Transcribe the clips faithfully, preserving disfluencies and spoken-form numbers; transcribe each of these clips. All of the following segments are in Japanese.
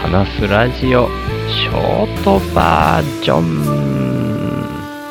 話すラジオショートバージョン。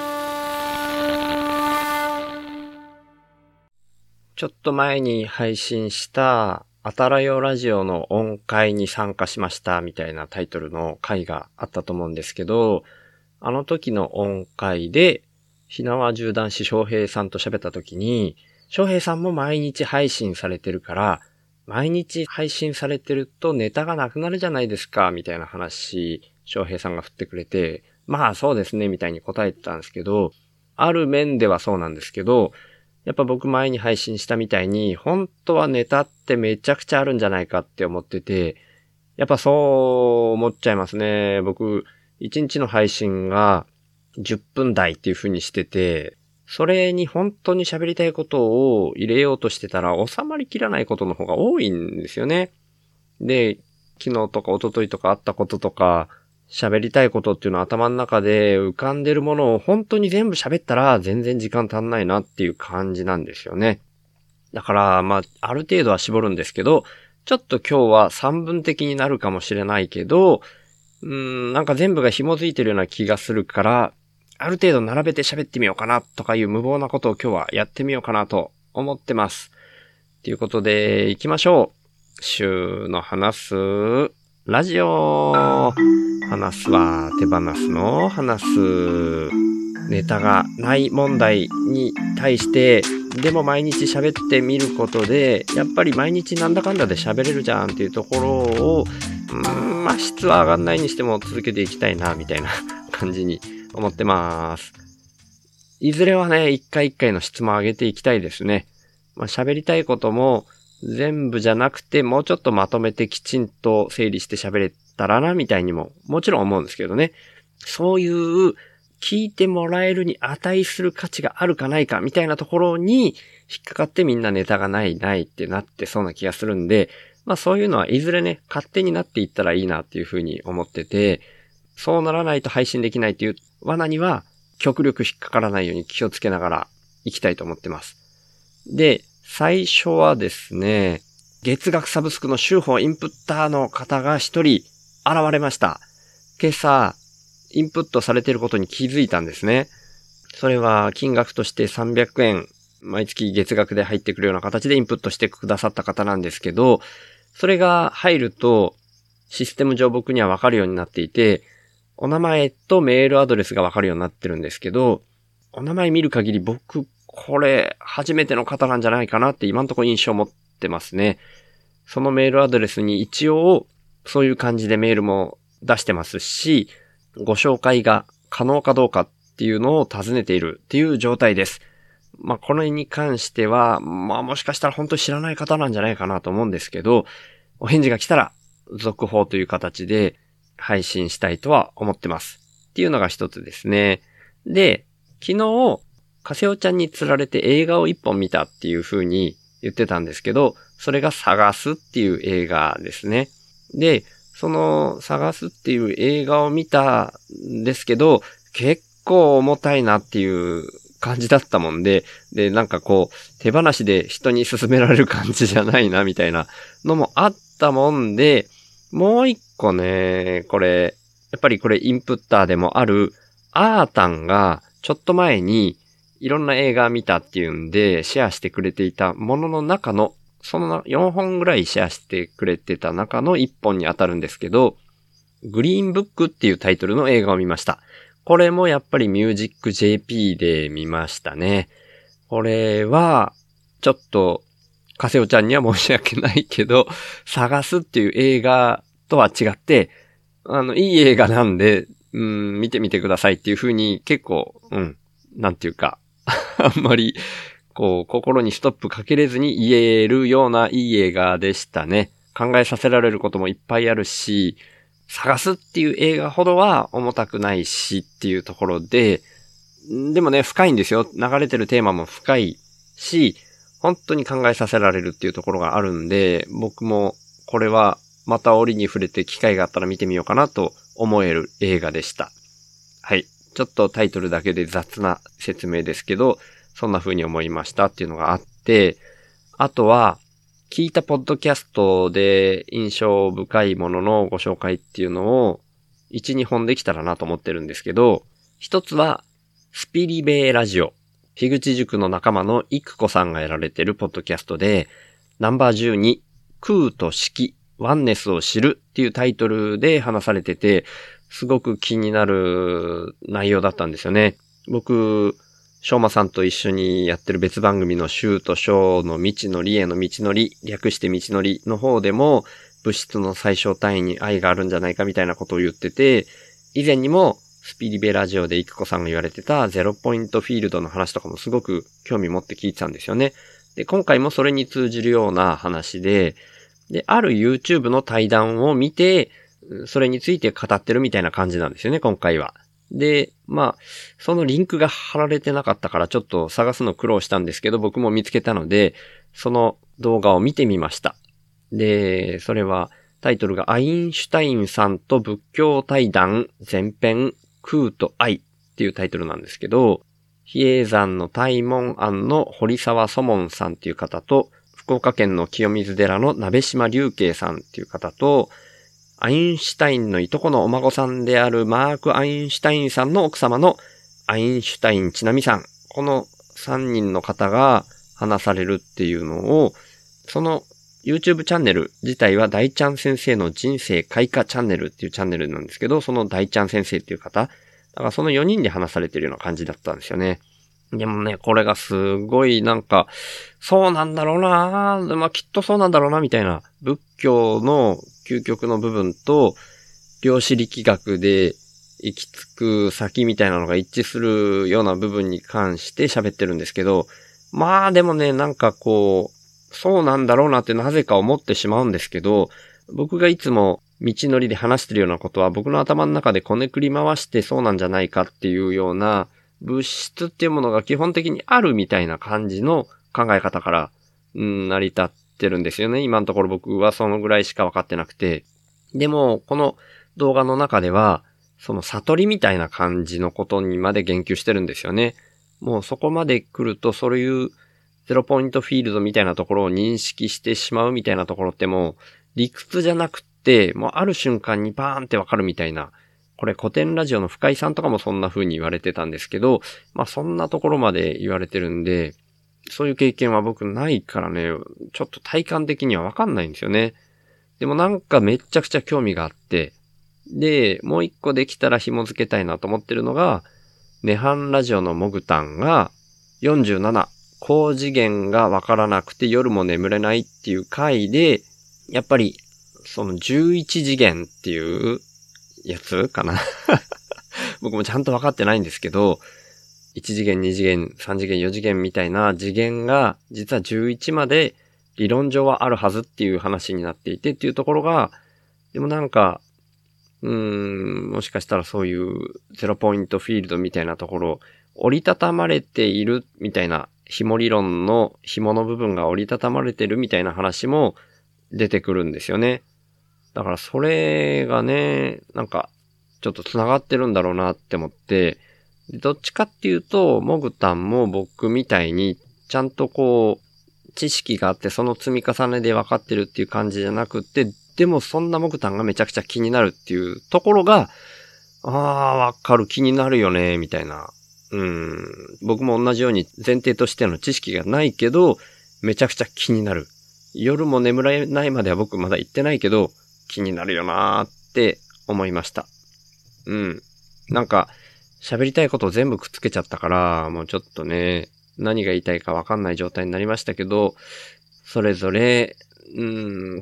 ちょっと前に配信したあたらよラジオの音階に参加しましたみたいなタイトルの回があったと思うんですけど、あの時の音階で火縄銃男子翔平さんと喋った時に、翔平さんも毎日配信されてるから毎日配信されてるとネタがなくなるじゃないですかみたいな話、翔平さんが振ってくれて、まあそうですねみたいに答えてたんですけど、ある面ではそうなんですけど、やっぱ僕前に配信したみたいに本当はネタってめちゃくちゃあるんじゃないかって思ってて、やっぱそう思っちゃいますね。僕いちにちの配信がじゅっぷん台っていう風にしてて、それに本当に喋りたいことを入れようとしてたら収まりきらないことの方が多いんですよね。で、昨日とか一昨日とかあったこととか喋りたいことっていうのは頭の中で浮かんでるものを本当に全部喋ったら全然時間足んないなっていう感じなんですよね。だからまあある程度は絞るんですけど、ちょっと今日は三分的になるかもしれないけど、うーんなんか全部が紐づいてるような気がするから、ある程度並べて喋ってみようかなとかいう無謀なことを今日はやってみようかなと思ってます。ということで行きましょう。週の話すラジオ。話すは手放すの話す。ネタがない問題に対してでも毎日喋ってみることで、やっぱり毎日なんだかんだで喋れるじゃんっていうところを、うーんまあ質は上がんないにしても続けていきたいなみたいな感じに思ってます。いずれはね、一回一回の質も上げていきたいですね。まあ、喋りたいことも全部じゃなくて、もうちょっとまとめてきちんと整理して喋れたらな、みたいにももちろん思うんですけどね。そういう聞いてもらえるに値する価値があるかないか、みたいなところに引っかかってみんなネタがないないってなってそうな気がするんで、まあそういうのはいずれね、勝手になっていったらいいなっていうふうに思ってて、そうならないと配信できないっていう罠には極力引っかからないように気をつけながら行きたいと思ってます。で、最初はですね、月額サブスクの週報インプッターの方が一人現れました。今朝、インプットされていることに気づいたんですね。それは金額としてさんびゃくえん、毎月月額で入ってくるような形でインプットしてくださった方なんですけど、それが入るとシステム上僕にはわかるようになっていて、お名前とメールアドレスがわかるようになってるんですけど、お名前見る限り僕、これ初めての方なんじゃないかなって今のところ印象を持ってますね。そのメールアドレスに一応そういう感じでメールも出してますし、ご紹介が可能かどうかっていうのを尋ねているっていう状態です。まあこれに関しては、まあもしかしたら本当に知らない方なんじゃないかなと思うんですけど、お返事が来たら続報という形で配信したいとは思ってます。っていうのが一つですね。で、昨日、かせおちゃんに釣られて映画を一本見たっていう風に言ってたんですけど、それが探すっていう映画ですね。で、その探すっていう映画を見たんですけど、結構重たいなっていう感じだったもんで、で、なんかこう、手放しで人に勧められる感じじゃないなみたいなのもあったもんで、もう一個ね、これ、やっぱりこれインプッターでもある、アータンがちょっと前にいろんな映画見たっていうんでシェアしてくれていたものの中の、そのよんほんぐらいシェアしてくれてた中のいっぽんに当たるんですけど、グリーンブックっていうタイトルの映画を見ました。これもやっぱりミュージック ジェーピー で見ましたね。これは、ちょっと、かせおちゃんには申し訳ないけど、探すっていう映画とは違って、あの、いい映画なんで、うん、見てみてくださいっていう風に結構、うん、なんていうか、あんまり、こう、心にストップかけれずに言えるようないい映画でしたね。考えさせられることもいっぱいあるし、探すっていう映画ほどは重たくないしっていうところで、でもね、深いんですよ。流れてるテーマも深いし、本当に考えさせられるっていうところがあるんで、僕もこれはまた折に触れて機会があったら見てみようかなと思える映画でした。はい。ちょっとタイトルだけで雑な説明ですけど、そんな風に思いましたっていうのがあって、あとは、 聞いたポッドキャストで印象深いもののご紹介っていうのをいち、にほんできたらなと思ってるんですけど、一つはスピリベイラジオ。樋口塾の仲間のいくこさんがやられてるポッドキャストで、ナンバーじゅうに、空と色、ワンネスを知るっていうタイトルで話されてて、すごく気になる内容だったんですよね。僕、しょうまさんと一緒にやってる別番組のシとショーの未知のりへの道のり、略して道のりの方でも、物質の最小単位に愛があるんじゃないかみたいなことを言ってて、以前にもスピリベラジオでいくこさんが言われてたゼロポイントフィールドの話とかもすごく興味持って聞いてたんですよね。で、今回もそれに通じるような話で、で、ある YouTube の対談を見て、それについて語ってるみたいな感じなんですよね、今回は。で、まあ、そのリンクが貼られてなかったからちょっと探すの苦労したんですけど、僕も見つけたので、その動画を見てみました。で、それはタイトルがアインシュタインさんと仏教対談前編空と愛っていうタイトルなんですけど、比叡山の大門庵の堀沢祖門さんっていう方と、福岡県の清水寺の鍋島隆慶さんっていう方と、アインシュタインのいとこのお孫さんであるマーク・アインシュタインさんの奥様のアインシュタインちなみさん。このさんにんの方が話されるっていうのを、その YouTube チャンネル自体は大ちゃん先生の人生開花チャンネルっていうチャンネルなんですけど、その大ちゃん先生っていう方、だからそのよにんで話されてるような感じだったんですよね。でもね、これがすごいなんか、そうなんだろうなぁ、まあきっとそうなんだろうなみたいな、仏教の究極の部分と、量子力学で行き着く先みたいなのが一致するような部分に関して喋ってるんですけど、まあでもね、なんかこう、そうなんだろうなってなぜか思ってしまうんですけど、僕がいつも道のりで話してるようなことは僕の頭の中でこねくり回してそうなんじゃないかっていうような物質っていうものが基本的にあるみたいな感じの考え方から、うん、成り立ってるんですよね。今のところ僕はそのぐらいしか分かってなくて。でも、この動画の中では、その悟りみたいな感じのことにまで言及してるんですよね。もうそこまで来ると、そういうゼロポイントフィールドみたいなところを認識してしまうみたいなところってもう理屈じゃなくって、もうある瞬間にバーンってわかるみたいな。これ古典ラジオの深井さんとかもそんな風に言われてたんですけど、まあそんなところまで言われてるんで、そういう経験は僕ないからね、ちょっと体感的にはわかんないんですよね。でもなんかめっちゃくちゃ興味があって、で、もう一個できたら紐付けたいなと思ってるのが、ネハンラジオのモグタンがよんじゅうなな、高次元がわからなくて夜も眠れないっていう回で、やっぱりそのじゅういち次元っていうやつかな僕もちゃんとわかってないんですけど、いち次元、に次元、さん次元、よ次元みたいな次元が実はじゅういちまで理論上はあるはずっていう話になっていてっていうところが、でもなんか、うーん、もしかしたらそういうゼロポイントフィールドみたいなところ、折りたたまれているみたいな、紐理論の紐の部分が折りたたまれてるみたいな話も出てくるんですよね。だからそれがね、なんかちょっと繋がってるんだろうなって思って、どっちかっていうと、モグタンも僕みたいにちゃんとこう、知識があってその積み重ねで分かってるっていう感じじゃなくって、でもそんなモグタンがめちゃくちゃ気になるっていうところが、ああ、わかる、気になるよね、みたいな。うん。僕も同じように前提としての知識がないけど、めちゃくちゃ気になる。夜も眠れないまでは僕まだ行ってないけど、気になるよなーって思いました。うん。なんか、喋りたいことを全部くっつけちゃったから、もうちょっとね、何が言いたいかわかんない状態になりましたけど、それぞれ、うん、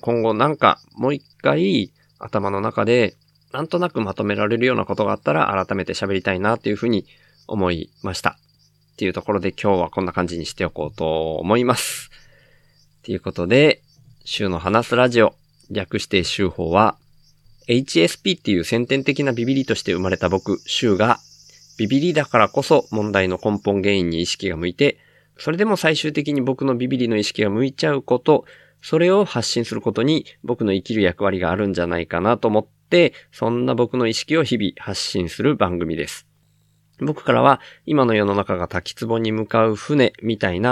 今後なんかもう一回頭の中でなんとなくまとめられるようなことがあったら改めて喋りたいなっていうふうに思いました。っていうところで今日はこんな感じにしておこうと思います。ということで、週の話すラジオ、略して週報は、エイチエスピー っていう先天的なビビリとして生まれた僕、週が、ビビリだからこそ問題の根本原因に意識が向いて、それでも最終的に僕のビビリの意識が向いちゃうこと、それを発信することに僕の生きる役割があるんじゃないかなと思って、そんな僕の意識を日々発信する番組です。僕からは今の世の中が滝壺に向かう船みたいな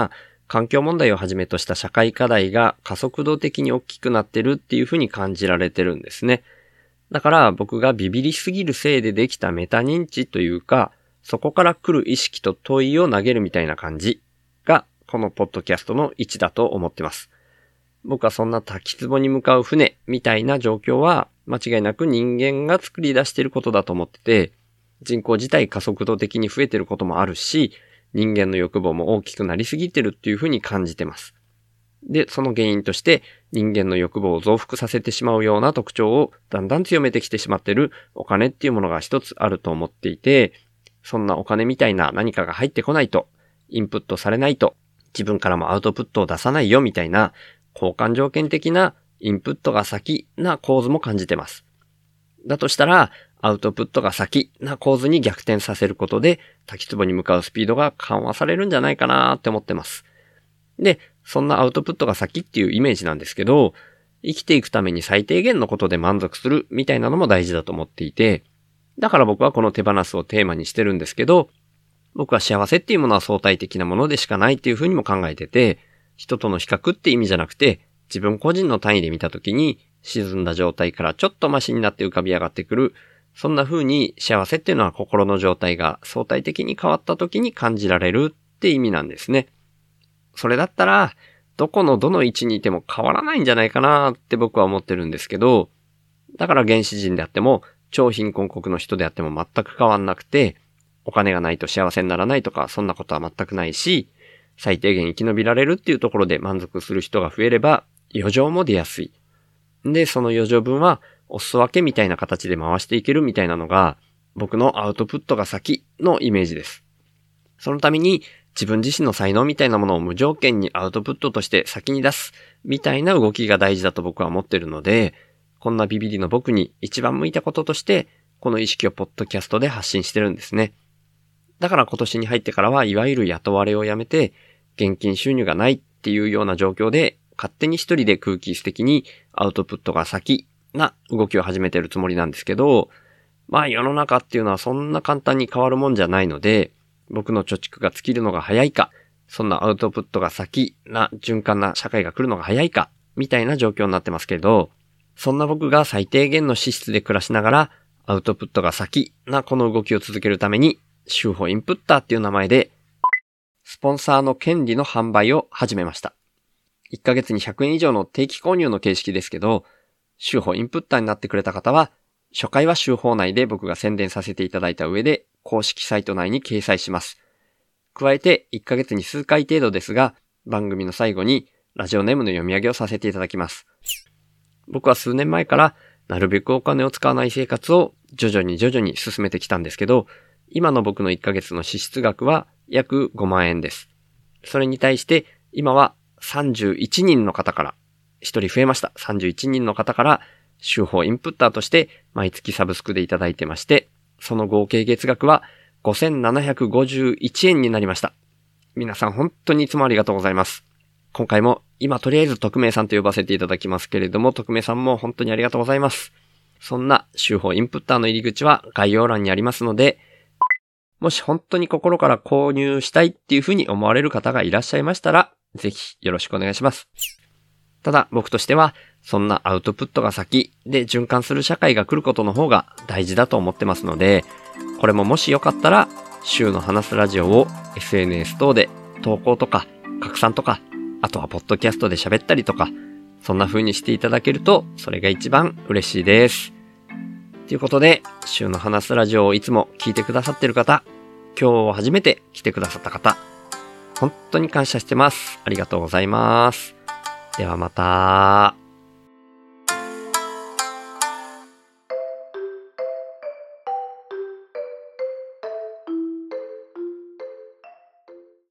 環境問題をはじめとした社会課題が加速度的に大きくなってるっていうふうに感じられてるんですね。だから僕がビビりすぎるせいでできたメタ認知というか、そこから来る意識と問いを投げるみたいな感じが、このポッドキャストの位置だと思ってます。僕はそんな滝壺に向かう船みたいな状況は間違いなく人間が作り出していることだと思ってて、人口自体加速度的に増えていることもあるし、人間の欲望も大きくなりすぎてるっていうふうに感じてます。で、その原因として人間の欲望を増幅させてしまうような特徴をだんだん強めてきてしまっているお金っていうものが一つあると思っていて、そんなお金みたいな何かが入ってこないと、インプットされないと、自分からもアウトプットを出さないよみたいな交換条件的なインプットが先な構図も感じてます。だとしたら、アウトプットが先な構図に逆転させることで、滝壺に向かうスピードが緩和されるんじゃないかなって思ってます。で、そんなアウトプットが先っていうイメージなんですけど、生きていくために最低限のことで満足するみたいなのも大事だと思っていて、だから僕はこの手放すをテーマにしてるんですけど、僕は幸せっていうものは相対的なものでしかないっていうふうにも考えてて、人との比較って意味じゃなくて、自分個人の単位で見たときに、沈んだ状態からちょっとマシになって浮かび上がってくる、そんな風に幸せっていうのは心の状態が相対的に変わった時に感じられるって意味なんですね。それだったら、どこのどの位置にいても変わらないんじゃないかなって僕は思ってるんですけど、だから原始人であっても、超貧困国の人であっても全く変わんなくて、お金がないと幸せにならないとか、そんなことは全くないし、最低限生き延びられるっていうところで満足する人が増えれば、余剰も出やすい。で、その余剰分は、お裾分けみたいな形で回していけるみたいなのが、僕のアウトプットが先のイメージです。そのために、自分自身の才能みたいなものを無条件にアウトプットとして先に出す、みたいな動きが大事だと僕は思ってるので、こんなビビリの僕に一番向いたこととして、この意識をポッドキャストで発信してるんですね。だから今年に入ってからは、いわゆる雇われをやめて、現金収入がないっていうような状況で、勝手に一人で空気質的にアウトプットが先な動きを始めてるつもりなんですけど、まあ世の中っていうのはそんな簡単に変わるもんじゃないので、僕の貯蓄が尽きるのが早いか、そんなアウトプットが先な循環な社会が来るのが早いか、みたいな状況になってますけど、そんな僕が最低限の資質で暮らしながら、アウトプットが先なこの動きを続けるために、週報インプッターっていう名前で、スポンサーの権利の販売を始めました。いっかげつにひゃくえん以上の定期購入の形式ですけど、週報インプッターになってくれた方は、初回は週報内で僕が宣伝させていただいた上で、公式サイト内に掲載します。加えて、いっかげつに数回程度ですが、番組の最後にラジオネームの読み上げをさせていただきます。僕は数年前から、なるべくお金を使わない生活を徐々に徐々に進めてきたんですけど、今の僕のいっかげつの支出額は約ごまんえんです。それに対して、今はさんじゅういちにんの方から、ひとり増えました。さんじゅういちにんの方から、週報インプッターとして毎月サブスクでいただいてまして、その合計月額はごせんななひゃくごじゅういちえんになりました。皆さん本当にいつもありがとうございます。今回も今とりあえず匿名さんと呼ばせていただきますけれども、匿名さんも本当にありがとうございます。そんな週報インプッターの入り口は概要欄にありますので、もし本当に心から購入したいっていうふうに思われる方がいらっしゃいましたら、ぜひよろしくお願いします。ただ僕としては、そんなアウトプットが先で循環する社会が来ることの方が大事だと思ってますので、これももしよかったら、週の話すラジオを エスエヌエス 等で投稿とか拡散とか、あとはポッドキャストで喋ったりとか、そんな風にしていただけると、それが一番嬉しいです。ということで、週の話すラジオをいつも聞いてくださってる方、今日初めて来てくださった方、本当に感謝してます。ありがとうございます。ではまた。